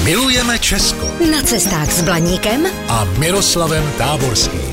Milujeme Česko. Na cestách s Blaníkem a Miroslavem Táborským.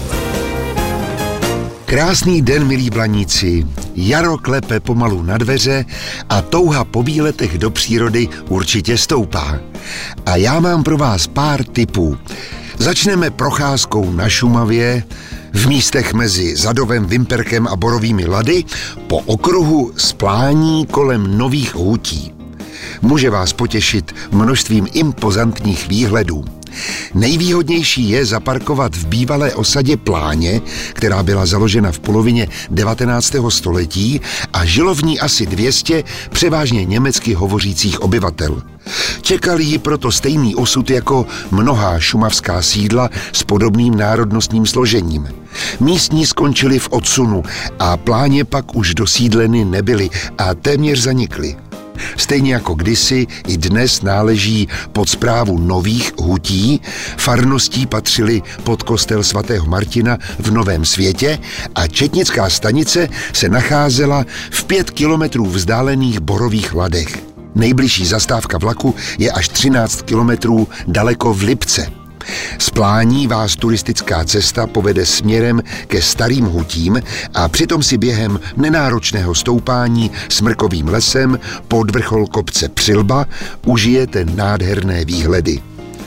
Krásný den, milí Blaníci. Jaro klepe pomalu na dveře a touha po výletech do přírody určitě stoupá. A já mám pro vás pár tipů. Začneme procházkou na Šumavě, v místech mezi Zadovem, Vimperkem a Borovými Lady, po okruhu splání kolem Nových hutí. Může vás potěšit množstvím impozantních výhledů. Nejvýhodnější je zaparkovat v bývalé osadě Pláně, která byla založena v polovině 19. století a žilo v ní asi 200 převážně německy hovořících obyvatel. Čekal jí proto stejný osud jako mnohá šumavská sídla s podobným národnostním složením. Místní skončili v odsunu a Pláně pak už dosídleny nebyly a téměř zanikly. Stejně jako kdysi, i dnes náleží pod správu Nových hutí, farností patřily pod kostel svatého Martina v Novém Světě a četnická stanice se nacházela v 5 kilometrů vzdálených Borových Ladech. Nejbližší zastávka vlaku je až 13 kilometrů daleko v Lipce. Z Plání vás turistická cesta povede směrem ke Starým hutím a přitom si během nenáročného stoupání smrkovým lesem pod vrchol kopce Přilba užijete nádherné výhledy.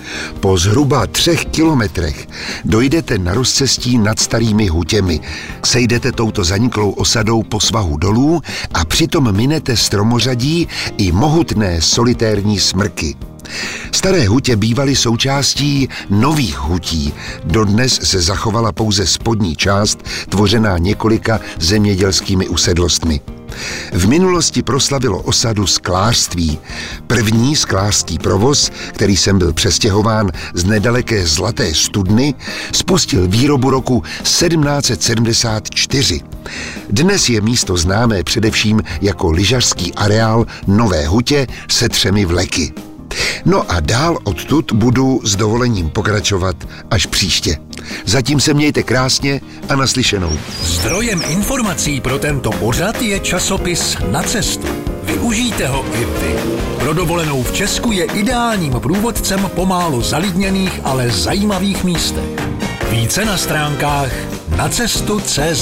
Po zhruba 3 kilometrech dojdete na rozcestí nad Starými hutěmi. Sejdete touto zaniklou osadou po svahu dolů a přitom minete stromořadí i mohutné solitérní smrky. Staré hutě bývaly součástí Nových hutí. Dodnes se zachovala pouze spodní část, tvořená několika zemědělskými usedlostmi. V minulosti proslavilo osadu sklářství. První sklářský provoz, který sem byl přestěhován z nedaleké Zlaté Studny, spustil výrobu roku 1774. Dnes je místo známé především jako lyžařský areál Nové hutě se 3 vleky. No a dál odtud budu s dovolením pokračovat až příště. Zatím se mějte krásně a naslyšenou. Zdrojem informací pro tento pořad je časopis Na cestu. Využijte ho i vy. Pro dovolenou v Česku je ideálním průvodcem po málo zalidněných, ale zajímavých místech. Více na stránkách nacestu.cz.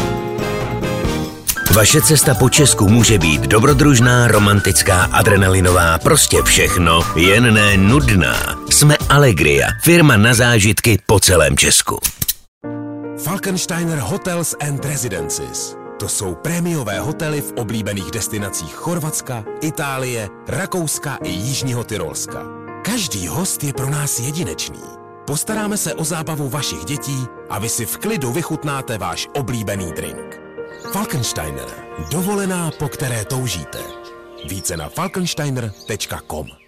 Vaše cesta po Česku může být dobrodružná, romantická, adrenalinová, prostě všechno, jen ne nudná. Jsme Allegria, firma na zážitky po celém Česku. Falkensteiner Hotels and Residences. To jsou prémiové hotely v oblíbených destinacích Chorvatska, Itálie, Rakouska i Jižního Tyrolska. Každý host je pro nás jedinečný. Postaráme se o zábavu vašich dětí a vy si v klidu vychutnáte váš oblíbený drink. Falkensteiner. Dovolená, po které toužíte. Více na falkensteiner.com.